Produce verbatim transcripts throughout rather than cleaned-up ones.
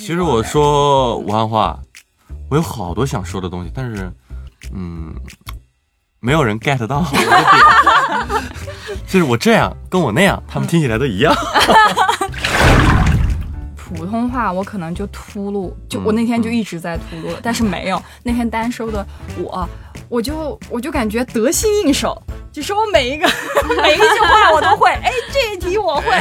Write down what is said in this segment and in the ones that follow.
其实我说武汉话，我有好多想说的东西，但是，嗯，没有人 get 到我的点。就是我这样跟我那样，他们听起来都一样。 普通话我可能就秃噜，就我那天就一直在秃噜，但是没有那天单收的我，我就我就感觉得心应手，就是我每一个每一句话我都会，哎，这一题我会。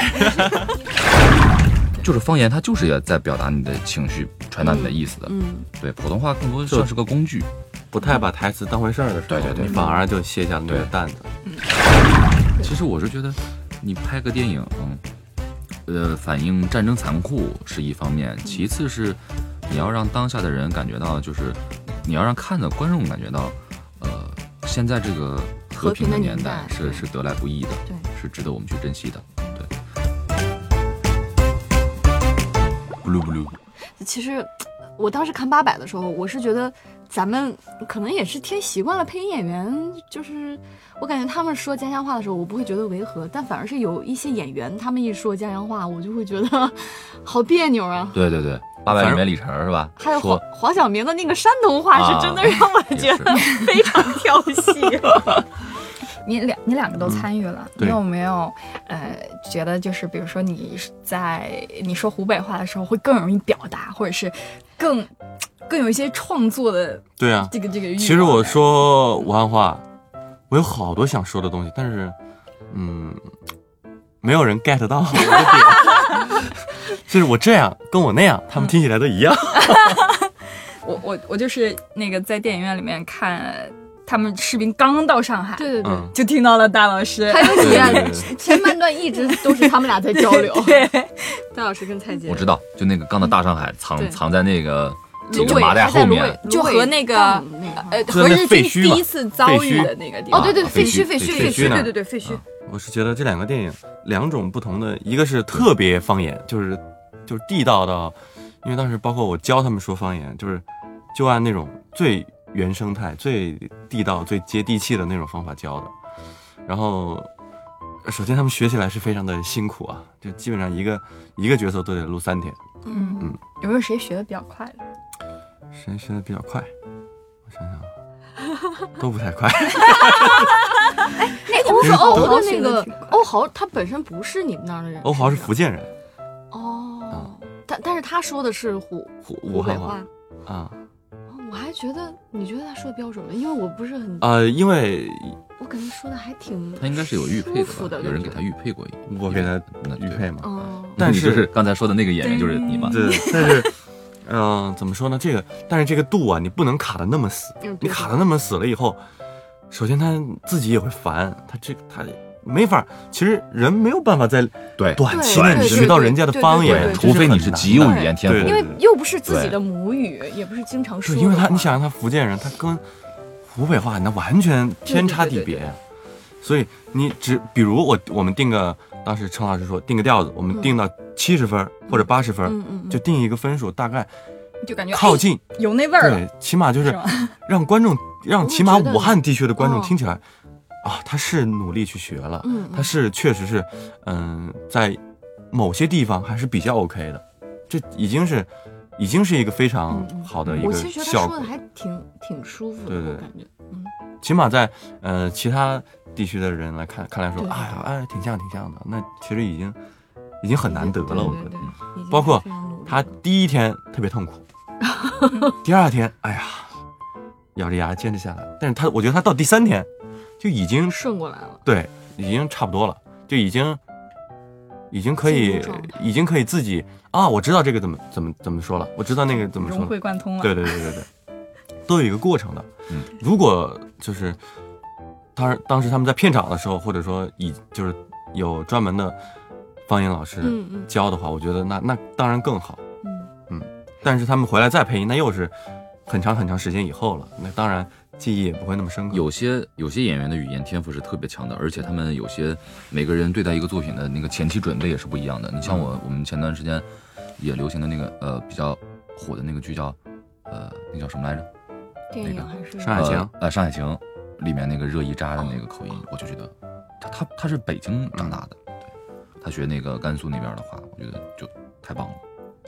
就是方言，它就是也在表达你的情绪，传达你的意思的。 嗯， 对，普通话更多像是个工具， 不太把台词当回事儿的时候， 对对对， 你反而就卸下了那个担子。 嗯，其实我是觉得，你拍个电影，呃，反映战争残酷是一方面，其次是你要让当下的人感觉到，就是你要让看的观众感觉到，呃，现在这个和平的年代是是得来不易的， 对， 是值得我们去珍惜的。blue blue。 其实我当时看八百的时候，我是觉得咱们可能也是听习惯了配音演员，就是我感觉他们说家乡话的时候，我不会觉得违和，但反而是有一些演员他们一说家乡话，我就会觉得好别扭啊。 对对对，八百里面李晨是吧？ 还有黄黄晓明的那个山东话是真的让我觉得非常跳戏。 你两你两个都参与了，你有没有呃觉得就是比如说你在你说湖北话的时候会更容易表达，或者是更更有一些创作的对啊这个这个欲望？ 其实我说武汉话，我有好多想说的东西，但是嗯，没有人 get 到我的点。就是我这样跟我那样，他们听起来都一样。 我我我就是那个在电影院里面看。他们视频刚到上海， 对对对， 就听到了大老师。 还有你啊，前半段一直都是他们俩在交流。 对， 大老师跟蔡健， 我知道，就那个刚到大上海，藏藏在那个几个麻袋后面， 就和那个呃和日军第一次遭遇的那个地方。 哦，对对，废墟，废墟， 废墟，对对对，废墟。 我是觉得这两个电影两种不同的，一个是特别方言，就是就是地道到，因为当时包括我教他们说方言，就是就按那种最原生态、最地道、最接地气的那种方法教的。然后，首先他们学起来是非常的辛苦啊，就基本上一个一个角色都得录三天。 嗯嗯，有没有谁学的比较快的？ 谁学的比较快？我想想，都不太快。 哎，那欧欧豪那个欧豪，他本身不是你们那儿的人。 欧豪是福建人。 哦，但但是他说的是湖湖湖北话啊。 我还觉得，你觉得他说的标准吗？因为我不是很呃，因为我感觉说的还挺， 他应该是有预配的吧？有人给他预配过， 我给他预配嘛。 哦， 但是就是刚才说的那个演员就是你嘛？ 对，但是，嗯、呃，怎么说呢？这个，但是这个度啊，你不能卡的那么死。 嗯、 你卡的那么死了以后，首先他自己也会烦，他这个他。没法，其实人没有办法在对短期内学到人家的方言， 除非你是极有语言天赋， 因为又不是自己的母语，也不是经常说。 因为他，你想让他福建人，他跟湖北话那完全天差地别，所以你只比如我我们定个，当时陈老师说定个调子，我们定到七十分或者八十分， 嗯嗯， 就定一个分数，大概就感觉靠近有那味儿了， 对，起码就是让观众，让起码武汉地区的观众听起来。啊，他是努力去学了， 嗯， 他是确实是，嗯，在某些地方还是比较 OK 的，这已经是，已经是一个非常好的一个效果。 我其实觉得他说的还挺挺舒服的， 对对， 感觉，嗯， 起码在呃其他地区的人来看看来说，哎呀哎，挺像挺像的，那其实已经已经很难得了，我觉得。包括他第一天特别痛苦，第二天哎呀咬着牙坚持下来，但是他我觉得他到第三天。就已经顺过来了， 对，已经差不多了，就已经，已经可以，已经可以自己啊，我知道这个怎么怎么怎么说了，我知道那个怎么说了， 融会贯通了， 对对对对对，都有一个过程的。嗯，如果就是当时当时他们在片场的时候，或者说以就是有专门的方言老师教的话， 嗯嗯、 我觉得那那当然更好。 嗯嗯，但是他们回来再配音，那又是很长很长时间以后了，那当然。记忆也不会那么深刻。 有些有些演员的语言天赋是特别强的，而且他们有些每个人对待一个作品的那个前期准备也是不一样的。你像我，我们前段时间也流行的那个呃比较火的那个剧叫呃那叫什么来着？ 电影还是 《山海情》 呃？呃，《山海情》里面那个热依扎的那个口音，我就觉得他他他是北京长大的，对，他学那个甘肃那边的话，我觉得就太棒了。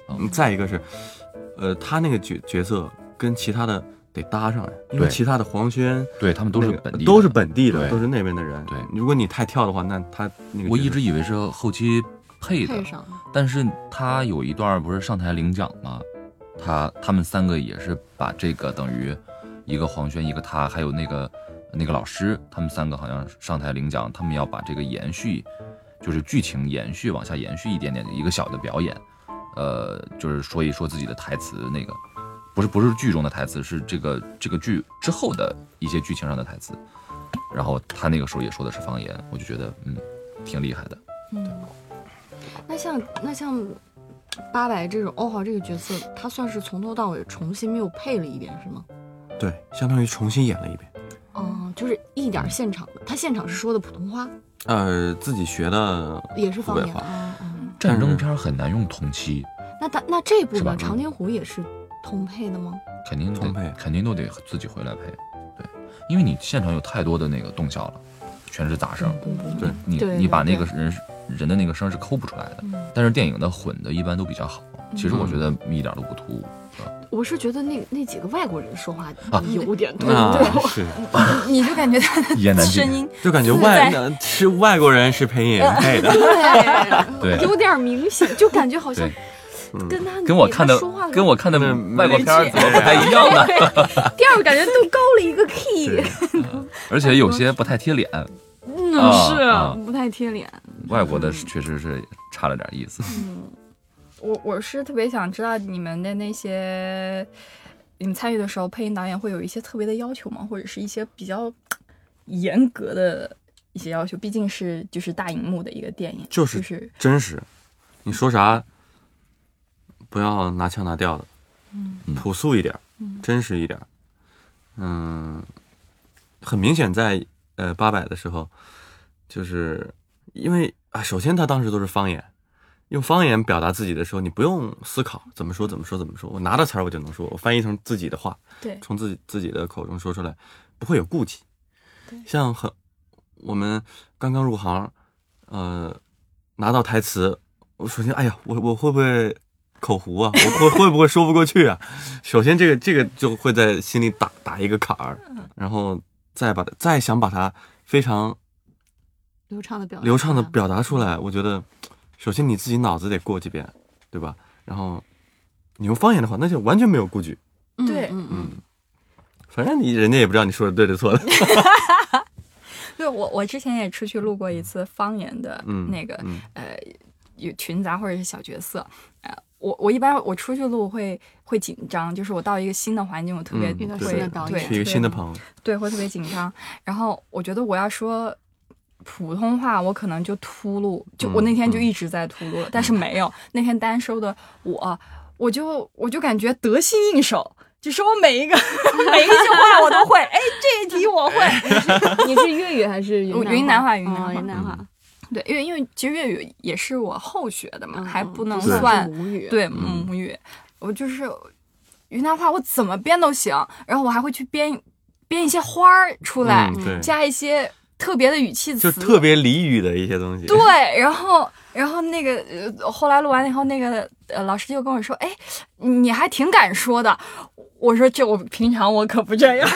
嗯，再一个是，呃，他那个角角色跟其他的得搭上呀，因为其他的黄轩， 对他们都是本地的， 都是本地的， 对都是那边的人。 对， 如果你太跳的话，那他那个我一直以为是后期配的， 配上， 但是他有一段不是上台领奖吗？他他们三个也是把这个等于一个黄轩，一个他，还有那个那个老师，他们三个好像上台领奖，他们要把这个延续，就是剧情延续往下延续一点点的一个小的表演，呃，就是说一说自己的台词，那个不是不是剧中的台词，是这个这个剧之后的一些剧情上的台词。然后他那个时候也说的是方言，我就觉得嗯挺厉害的。 嗯，那像那像八百这种欧豪这个角色，他算是从头到尾重新又配了一遍是吗？ 对，相当于重新演了一遍。 哦，就是一点现场的，他现场是说的普通话， 呃，自己学的也是方言。 湖北话哦哦， 战争片很难用同期， 那他那这部是吧的长津湖也是通配的吗？ 肯定重配得肯定都得自己回来配，对，因为你现场有太多的那个动效了，全是杂声， 对你对你把对那个人人的那个声是抠不出来的。 嗯但是电影的混的一般都比较好，其实我觉得一点都不突兀。 我是觉得那那几个外国人说话啊有点突啊兀， 是， 你就感觉他的一言难尽声音就感觉自外在是外国人是配音演员配的。 对， 对有点明显，就感觉好像对， 跟他跟我看的说话的跟我看的嗯外国片儿怎么不太一样呢？ 第二个感觉都高了一个 key， 而且有些不太贴脸， 嗯， 啊是啊不太贴脸。 外国的是确实是差了点意思。 我我是特别想知道你们的那些，你们参与的时候，配音导演会有一些特别的要求吗？或者是一些比较严格的一些要求？毕竟是就是大荧幕的一个电影， 就是就是真实，你说啥不要拿腔拿调的， 嗯朴素一点，真实一点。嗯，很明显在呃八百的时候，就是因为啊，首先他当时都是方言，用方言表达自己的时候，你不用思考怎么说怎么说怎么说，我拿到词儿我就能说，我翻译成自己的话， 对从自己自己的口中说出来，不会有顾忌。像很我们刚刚入行，呃，拿到台词，我首先，哎呀，我我会不会口胡啊？我会会不会说不过去啊？首先，这个这个就会在心里打打一个坎儿，然后再把它再想把它非常流畅的表达， 流畅的表达出来。我觉得，首先你自己脑子得过几遍，对吧？然后你用方言的话，那就完全没有顾忌。 嗯对嗯嗯， 反正你人家也不知道你说的对的错的。 对我我之前也出去录过一次方言的嗯那个、 嗯呃有群杂或者是小角色，呃我我一般我出去录会会紧张，就是我到一个新的环境，我特别嗯遇到会新的导演对去一个新的朋友， 对，会特别紧张。然后我觉得我要说普通话，我可能就秃噜，就我那天就一直在秃噜，但是没有那天单收的我，我就我就感觉得心应手。就是我每一个每一句话我都会，哎，这一题我会。 你是粤语还是云云南话云云南话云南话， 对，因为因为其实粤语也是我后学的嘛， 嗯还不能不算算是母语对嗯母语。我就是云南话，我怎么编都行，然后我还会去编编一些花儿出来， 嗯对， 加一些特别的语气词， 就特别俚语的一些东西。 对。然后然后那个呃，后来录完了以后，那个呃老师就跟我说，哎，你还挺敢说的。我说这我平常我可不这样。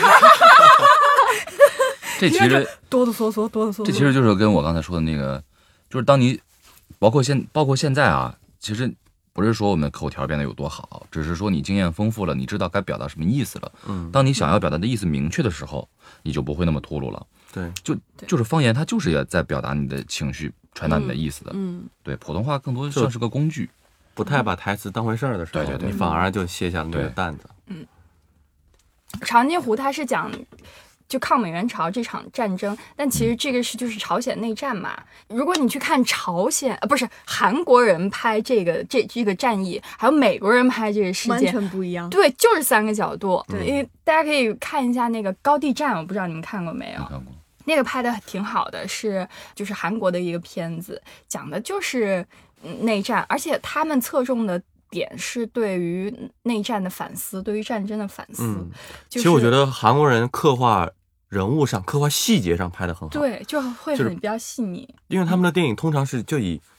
这其实哆哆嗦嗦，哆哆嗦嗦。 这其实就是跟我刚才说的那个，就是当你包括现包括现在啊，其实不是说我们口条变得有多好，只是说你经验丰富了，你知道该表达什么意思了。 嗯， 当你想要表达的意思明确的时候，你就不会那么秃噜了。 对， 就就是方言，它就是也在表达你的情绪，传达你的意思的。 嗯， 对，普通话更多像是个工具。 不太把台词当回事儿的时候， 对对对你反而就卸下了那个对担子。 长津湖它是讲就抗美援朝这场战争，但其实这个是就是朝鲜内战嘛。如果你去看朝鲜呃不是韩国人拍这个这这个战役，还有美国人拍这个事完件， 全不一样。 对，就是三个角度。 对因为大家可以看一下那个高地战，我不知道你们看过没有你？看过？ 那个拍的挺好的，是就是韩国的一个片子，讲的就是嗯内战，而且他们侧重的点是对于内战的反思，对于战争的反思。 嗯， 就是、 其实我觉得韩国人刻画人物上、刻画细节上拍的很好。， 对，就会就是很比较细腻。 因为他们的电影通常是就以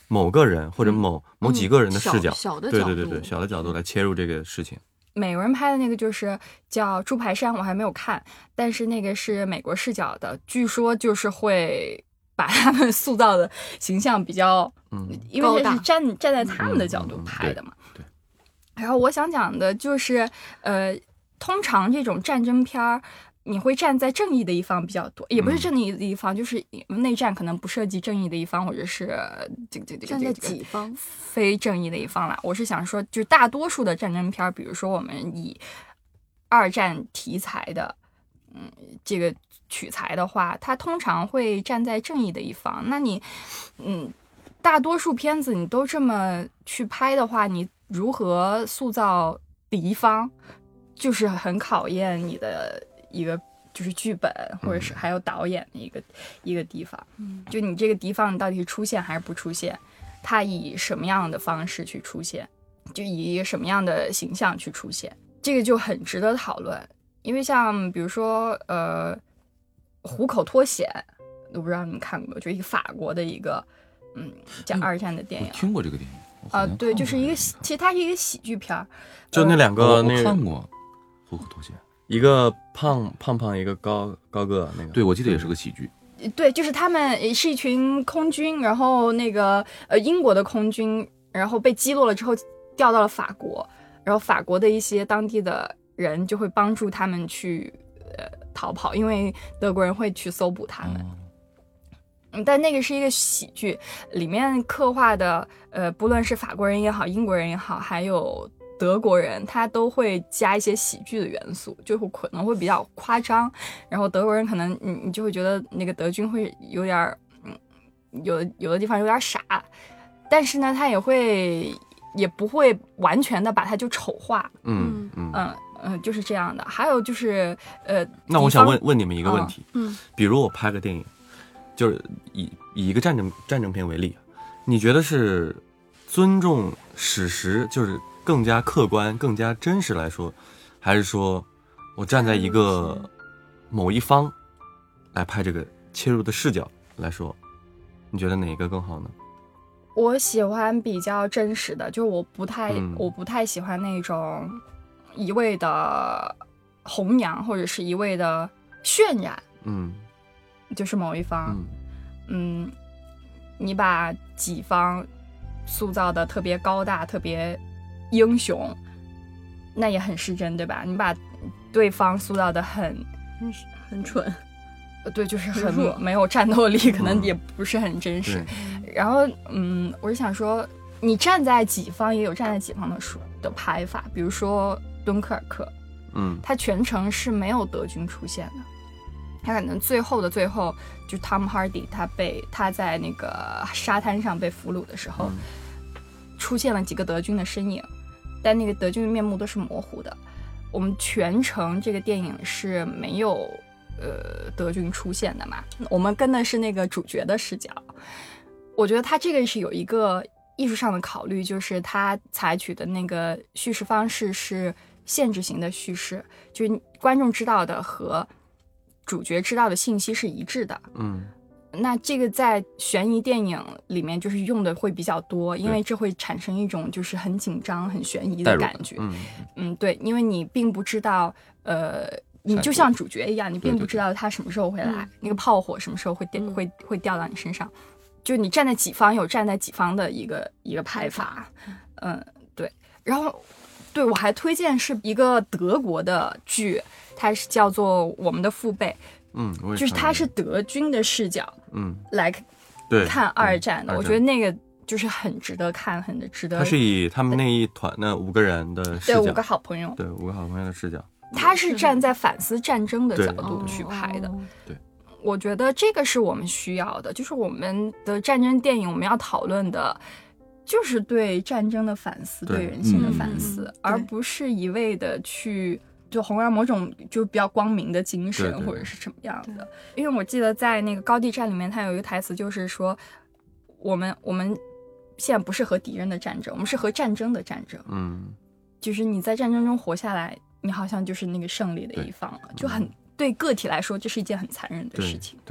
某个人或者某、嗯、某几个人的视角， 小小的角度，对对对对，小的角度来切入这个事情。 美国人拍的那个就是叫《猪排山》，我还没有看，但是那个是美国视角的，据说就是会把他们塑造的形象比较，嗯，因为这是站站在他们的角度拍的嘛。 嗯、对, 对。 然后我想讲的就是，呃，通常这种战争片儿。你会站在正义的一方比较多，也不是正义的一方，嗯、就是内战可能不涉及正义的一方，或者是这个这个站在己方非正义的一方啦。我是想说，就是大多数的战争片，比如说我们以二战题材的，嗯，这个取材的话，它通常会站在正义的一方。那你，嗯，大多数片子你都这么去拍的话，你如何塑造敌方，就是很考验你的。一个就是剧本，或者是还有导演的一个、嗯、一个地方，就你这个地方到底是出现还是不出现，它以什么样的方式去出现，就以什么样的形象去出现，这个就很值得讨论。因为像比如说呃，虎口脱险，我不知道你们看过没有，就一个法国的一个嗯讲二战的电影， 我听过这个电影啊、呃，对，就是一个其实它是一个喜剧片， 就那两个那个、我看过虎口脱险。 一个胖胖胖，一个高高个那个， 对，我记得也是个喜剧。 对，就是他们是一群空军，然后那个呃英国的空军，然后被击落了之后调到了法国，然后法国的一些当地的人就会帮助他们去呃逃跑，因为德国人会去搜捕他们。嗯，但那个是一个喜剧，里面刻画的呃不论是法国人也好，英国人也好，还有德国人，他都会加一些喜剧的元素，就会可能会比较夸张，然后德国人可能你你就会觉得那个德军会有点嗯有的有的地方有点傻，但是呢他也会也不会完全的把它就丑化。 嗯嗯嗯嗯，就是这样的。还有就是呃那我想问问你们一个问题， 嗯， 比如我拍个电影，就是以以一个战争战争片为例，你觉得是尊重史实，就是更加客观更加真实来说，还是说我站在一个某一方来拍这个切入的视角来说，你觉得哪一个更好呢？ 我喜欢比较真实的，就是我不太、 嗯、 我不太喜欢那种一味的弘扬或者是一味的渲染， 嗯， 就是某一方， 嗯, 嗯你把己方塑造的特别高大特别英雄，那也很失真，对吧？你把对方塑造的很很蠢， 对，就是很没有战斗力，可能也不是很真实。然后，嗯，我是想说，你站在己方也有站在己方的书的拍法，比如说敦刻尔克， 嗯， 他全程是没有德军出现的，他可能最后的最后，就 Tom Hardy 他被他在那个沙滩上被俘虏的时候。嗯，出现了几个德军的身影，但那个德军的面目都是模糊的。我们全程这个电影是没有呃德军出现的嘛，我们跟的是那个主角的视角。我觉得他这个是有一个艺术上的考虑，就是他采取的那个叙事方式是限制型的叙事，就是观众知道的和主角知道的信息是一致的。 嗯， 那这个在悬疑电影里面就是用的会比较多，因为这会产生一种就是很紧张很悬疑的感觉。 嗯嗯，对，因为你并不知道呃你就像主角一样，你并不知道他什么时候会来，对对对，那个炮火什么时候会掉、嗯、会会掉到你身上，就你站在己方有站在己方的一个一个拍法。嗯，对。然后对，我还推荐是一个德国的剧，它是叫做《我们的父辈》。 嗯， 就是它是德军的视角， 嗯， 来看二战的，我觉得那个就是很值得看，很值得。 它是以他们那一团那五个人的视角， 对，五个好朋友， 对，五个好朋友的视角， 他是站在反思战争的角度去拍的。 对， 我觉得这个是我们需要的，就是我们的战争电影，我们要讨论的，就是对战争的反思，对人性的反思，嗯、而不是一味的去。就弘扬某种就比较光明的精神， 对对， 或者是什么样的。因为我记得在那个高地战里面，他有一个台词就是说，我们我们现在不是和敌人的战争，我们是和战争的战争。 嗯， 就是你在战争中活下来，你好像就是那个胜利的一方了，就很对个体来说，这是一件很残忍的事情。 对，对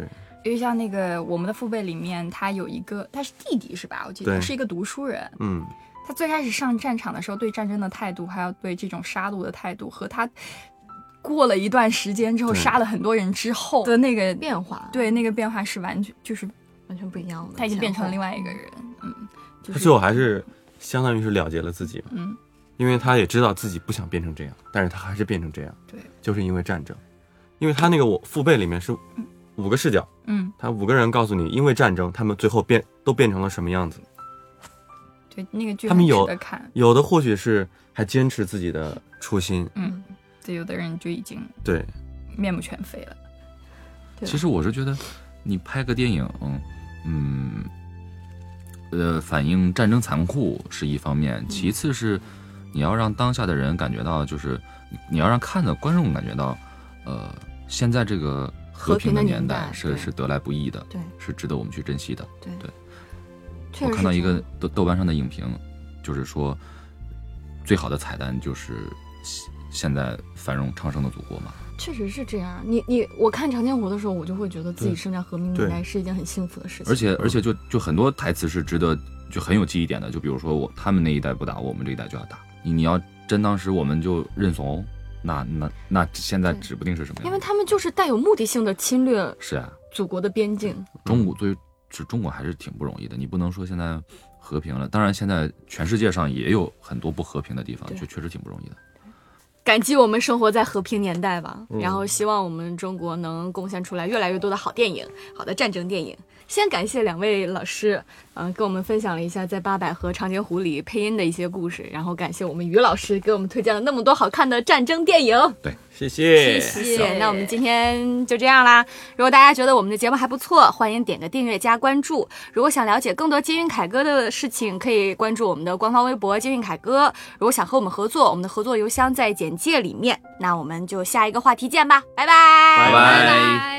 因为像那个我们的父辈里面，他有一个，他是弟弟是吧？我记得对是一个读书人。 嗯， 他最开始上战场的时候，对战争的态度，还有对这种杀戮的态度，和他过了一段时间之后对杀了很多人之后的那个变化， 对那个变化是完全就是完全不一样的。 他已经变成了另外外一个人。嗯，就是、 他最后还是相当于是了结了自己嘛。 嗯， 因为他也知道自己不想变成这样，但是他还是变成这样。 对， 就是因为战争。因为他那个我父辈里面是五个视角， 嗯， 他五个人告诉你，因为战争，他们最后变都变成了什么样子。 对，那个剧他们有很值得看。 有的或许是还坚持自己的初心， 嗯，对，有的人就已经对， 面目全非了。 其实我是觉得，你拍个电影，嗯，呃，反映战争残酷是一方面，其次是你要让当下的人感觉到，就是你要让看的观众感觉到，呃，现在这个和平的年代是是得来不易的， 对， 是值得我们去珍惜的。 对对。 确实我看到一个是这样豆豆瓣上的影评，就是说，最好的彩蛋就是现现在繁荣昌盛的祖国嘛。 确实是这样。你你我看长津湖的时候，我就会觉得自己对生在和平年代是一件很幸福的事情。 而且而且就就很多台词是值得就很有记忆点的，就比如说我他们那一代不打，我们这一代就要打。你你要真当时我们就认怂，那那那现在指不定是什么样。 因为他们就是带有目的性的侵略是啊， 祖国的边境。 中国对是中国还是挺不容易的，你不能说现在和平了，当然现在全世界上也有很多不和平的地方，就确实挺不容易的。 感激我们生活在和平年代吧， 嗯然后希望我们中国能贡献出来越来越多的好电影，好的战争电影。先感谢两位老师，嗯、呃，跟我们分享了一下在八百和长津湖里配音的一些故事，然后感谢我们于老师给我们推荐了那么多好看的战争电影。 对， 谢谢， 谢谢。那我们今天就这样啦。如果大家觉得我们的节目还不错，欢迎点个订阅加关注。如果想了解更多金运凯歌的事情，可以关注我们的官方微博金运凯歌。如果想和我们合作，我们的合作邮箱在简介里面。那我们就下一个话题见吧，拜拜， 拜拜。